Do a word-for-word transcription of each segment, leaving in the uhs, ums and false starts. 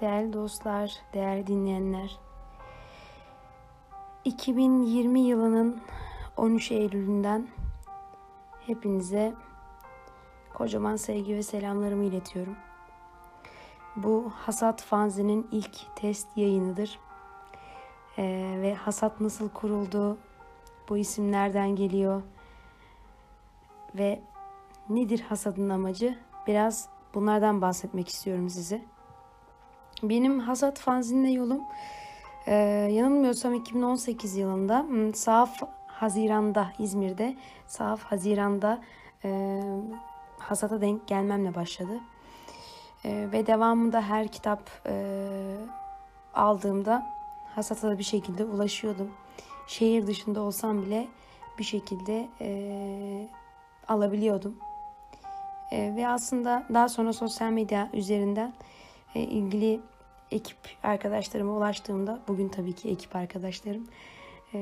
Değerli dostlar, değerli dinleyenler, iki bin yirmi yılının on üç Eylül'ünden hepinize kocaman sevgi ve selamlarımı iletiyorum. Bu Hasat Fanzi'nin ilk test yayınıdır. Ee, ve Hasat nasıl kuruldu, bu isim nereden geliyor ve nedir Hasat'ın amacı? Biraz bunlardan bahsetmek istiyorum size. Benim Hasat Fanzi'nle yolum Ee, yanılmıyorsam iki bin on sekiz yılında Sahaf Haziran'da İzmir'de Sahaf Haziran'da e, Hasat'a denk gelmemle başladı. E, ve devamında her kitap e, aldığımda Hasat'a da bir şekilde ulaşıyordum. Şehir dışında olsam bile bir şekilde e, alabiliyordum. E, ve aslında daha sonra sosyal medya üzerinden e, ilgili ekip arkadaşlarıma ulaştığımda, bugün tabii ki ekip arkadaşlarım, e,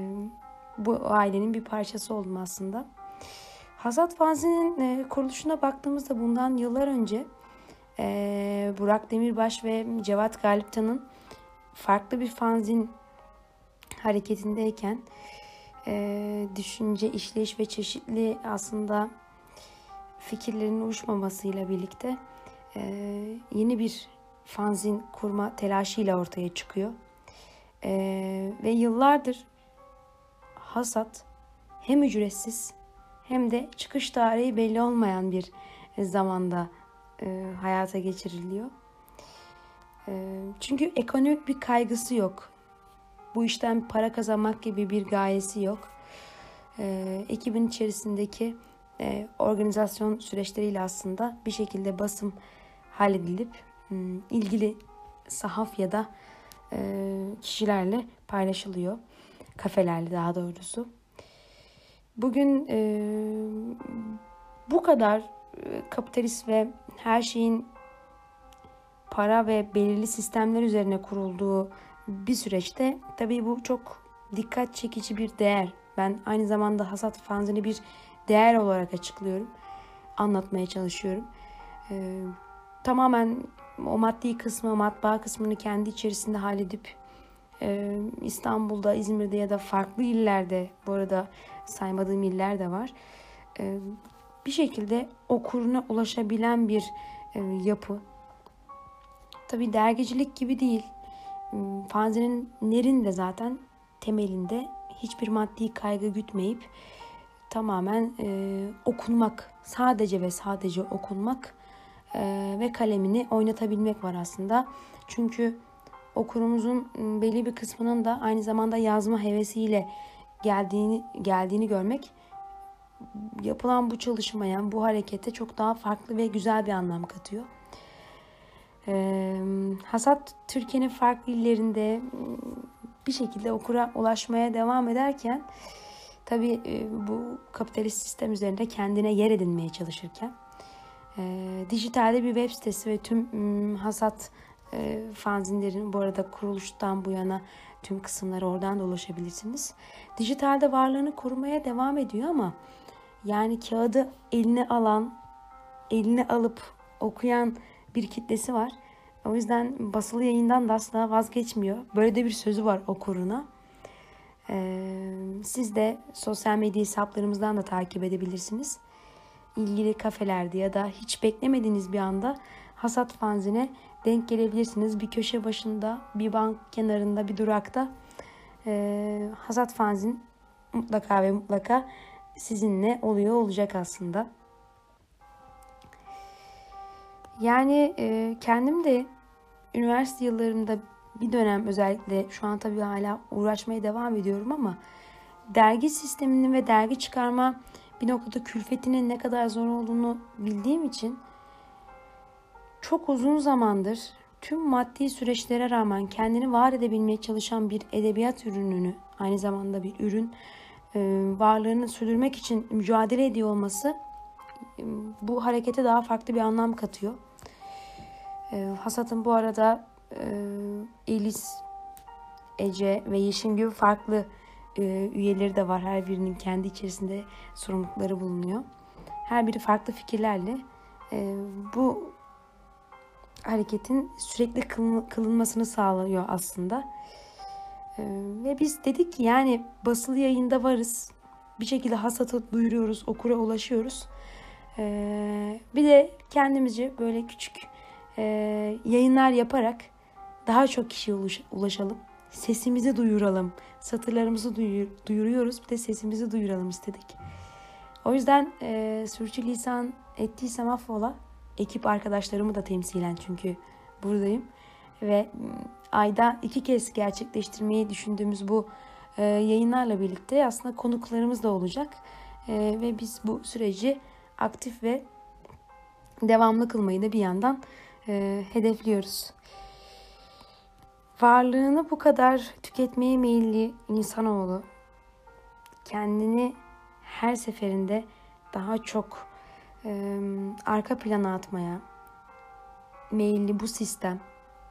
bu ailenin bir parçası oldum aslında. Hasat Fanzi'nin e, kuruluşuna baktığımızda bundan yıllar önce e, Burak Demirbaş ve Cevat Galiptan'ın farklı bir fanzin hareketindeyken e, düşünce, işleyiş ve çeşitli aslında fikirlerin uyuşmamasıyla birlikte e, yeni bir fanzin kurma telaşıyla ortaya çıkıyor. Ee, ve yıllardır Hasat hem ücretsiz hem de çıkış tarihi belli olmayan bir zamanda e, hayata geçiriliyor. E, çünkü ekonomik bir kaygısı yok. Bu işten para kazanmak gibi bir gayesi yok. E, ekibin içerisindeki e, organizasyon süreçleriyle aslında bir şekilde basım halledilip ilgili sahaf ya da e, kişilerle paylaşılıyor. Kafelerle daha doğrusu. Bugün e, bu kadar e, kapitalist ve her şeyin para ve belirli sistemler üzerine kurulduğu bir süreçte tabii bu çok dikkat çekici bir değer. Ben aynı zamanda Hasat Fanzi'ni bir değer olarak açıklıyorum. Anlatmaya çalışıyorum. E, tamamen o maddi kısmı, matbaa kısmını kendi içerisinde halledip e, İstanbul'da, İzmir'de ya da farklı illerde, bu arada saymadığım iller de var, e, bir şekilde okuruna ulaşabilen bir e, yapı. Tabii dergicilik gibi değil. Fanzinin nerinde zaten temelinde hiçbir maddi kaygı gütmeyip tamamen e, okunmak, sadece ve sadece okunmak ve kalemini oynatabilmek var aslında. Çünkü okurumuzun belli bir kısmının da aynı zamanda yazma hevesiyle geldiğini geldiğini görmek yapılan bu çalışmaya, bu harekete çok daha farklı ve güzel bir anlam katıyor. Ee, Hasat Türkiye'nin farklı illerinde bir şekilde okura ulaşmaya devam ederken tabii bu kapitalist sistem üzerinde kendine yer edinmeye çalışırken E, dijitalde bir web sitesi ve tüm m, Hasat e, fanzinlerin, bu arada kuruluştan bu yana tüm kısımları oradan da ulaşabilirsiniz. Dijitalde varlığını korumaya devam ediyor ama yani kağıdı eline alan, eline alıp okuyan bir kitlesi var. O yüzden basılı yayından da asla vazgeçmiyor. Böyle de bir sözü var okuruna. E, siz de sosyal medya hesaplarımızdan da takip edebilirsiniz. İlgili kafelerde ya da hiç beklemediğiniz bir anda Hasat Fanzi'ne denk gelebilirsiniz. Bir köşe başında, bir bank kenarında, bir durakta e, Hasat Fanzin mutlaka ve mutlaka sizinle oluyor olacak aslında. Yani e, kendim de üniversite yıllarımda bir dönem, özellikle şu an tabii hala uğraşmaya devam ediyorum ama dergi sisteminin ve dergi çıkarma bir noktada külfetinin ne kadar zor olduğunu bildiğim için çok uzun zamandır tüm maddi süreçlere rağmen kendini var edebilmeye çalışan bir edebiyat ürününü, aynı zamanda bir ürün varlığını sürdürmek için mücadele ediyor olması bu harekete daha farklı bir anlam katıyor. Hasat'ın bu arada Elis, Ece ve Yeşim gibi farklı üyeleri de var. Her birinin kendi içerisinde sorumlulukları bulunuyor. Her biri farklı fikirlerle bu hareketin sürekli kılınmasını sağlıyor aslında. Ve biz dedik ki yani basılı yayında varız. Bir şekilde hasatı duyuruyoruz, okura ulaşıyoruz. Bir de kendimizce böyle küçük yayınlar yaparak daha çok kişiye ulaşalım. Sesimizi duyuralım. Satırlarımızı duyur, duyuruyoruz. Bir de sesimizi duyuralım istedik. O yüzden e, sürçülisan ettiysem affola. Ekip arkadaşlarımı da temsilen çünkü buradayım. Ve ayda iki kez gerçekleştirmeyi düşündüğümüz bu e, yayınlarla birlikte aslında konuklarımız da olacak. E, ve biz bu süreci aktif ve devamlı kılmayı da bir yandan e, hedefliyoruz. Varlığını bu kadar tüketmeye meyilli insanoğlu kendini her seferinde daha çok e, arka plana atmaya meyilli bu sistem,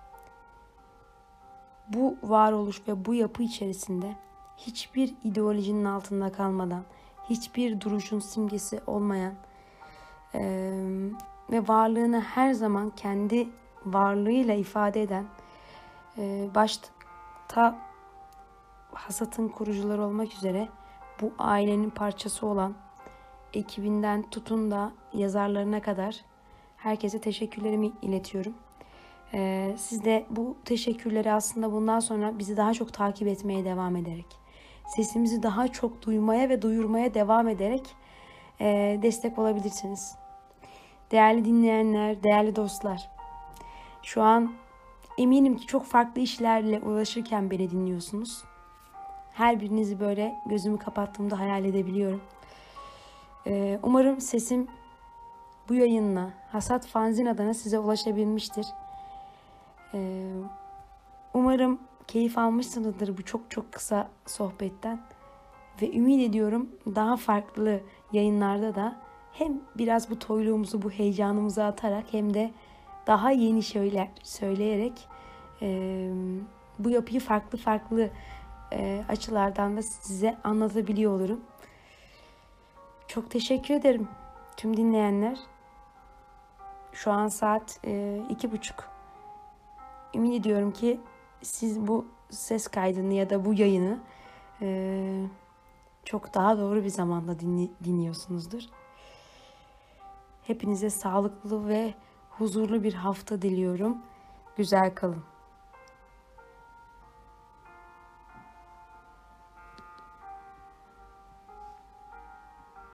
bu varoluş ve bu yapı içerisinde hiçbir ideolojinin altında kalmadan, hiçbir duruşun simgesi olmayan e, ve varlığını her zaman kendi varlığıyla ifade eden, e, başta hasatın kurucuları olmak üzere bu ailenin parçası olan ekibinden tutun da yazarlarına kadar herkese teşekkürlerimi iletiyorum. Ee, siz de bu teşekkürleri aslında bundan sonra bizi daha çok takip etmeye devam ederek, sesimizi daha çok duymaya ve duyurmaya devam ederek e, destek olabilirsiniz. Değerli dinleyenler, değerli dostlar, şu an eminim ki çok farklı işlerle uğraşırken beni dinliyorsunuz. Her birinizi böyle gözümü kapattığımda hayal edebiliyorum. Ee, umarım sesim bu yayınla Hasat Fanzin adına size ulaşabilmiştir. Ee, umarım keyif almışsınızdır bu çok çok kısa sohbetten. Ve ümit ediyorum daha farklı yayınlarda da hem biraz bu toyluğumuzu, bu heyecanımızı atarak hem de daha yeni şeyler söyleyerek e, bu yapıyı farklı farklı e, açılardan da size anlatabiliyor olurum. Çok teşekkür ederim tüm dinleyenler. Şu an saat e, iki buçuk. Ümit ediyorum ki siz bu ses kaydını ya da bu yayını e, çok daha doğru bir zamanda dinli, dinliyorsunuzdur. Hepinize sağlıklı ve huzurlu bir hafta diliyorum. Güzel kalın.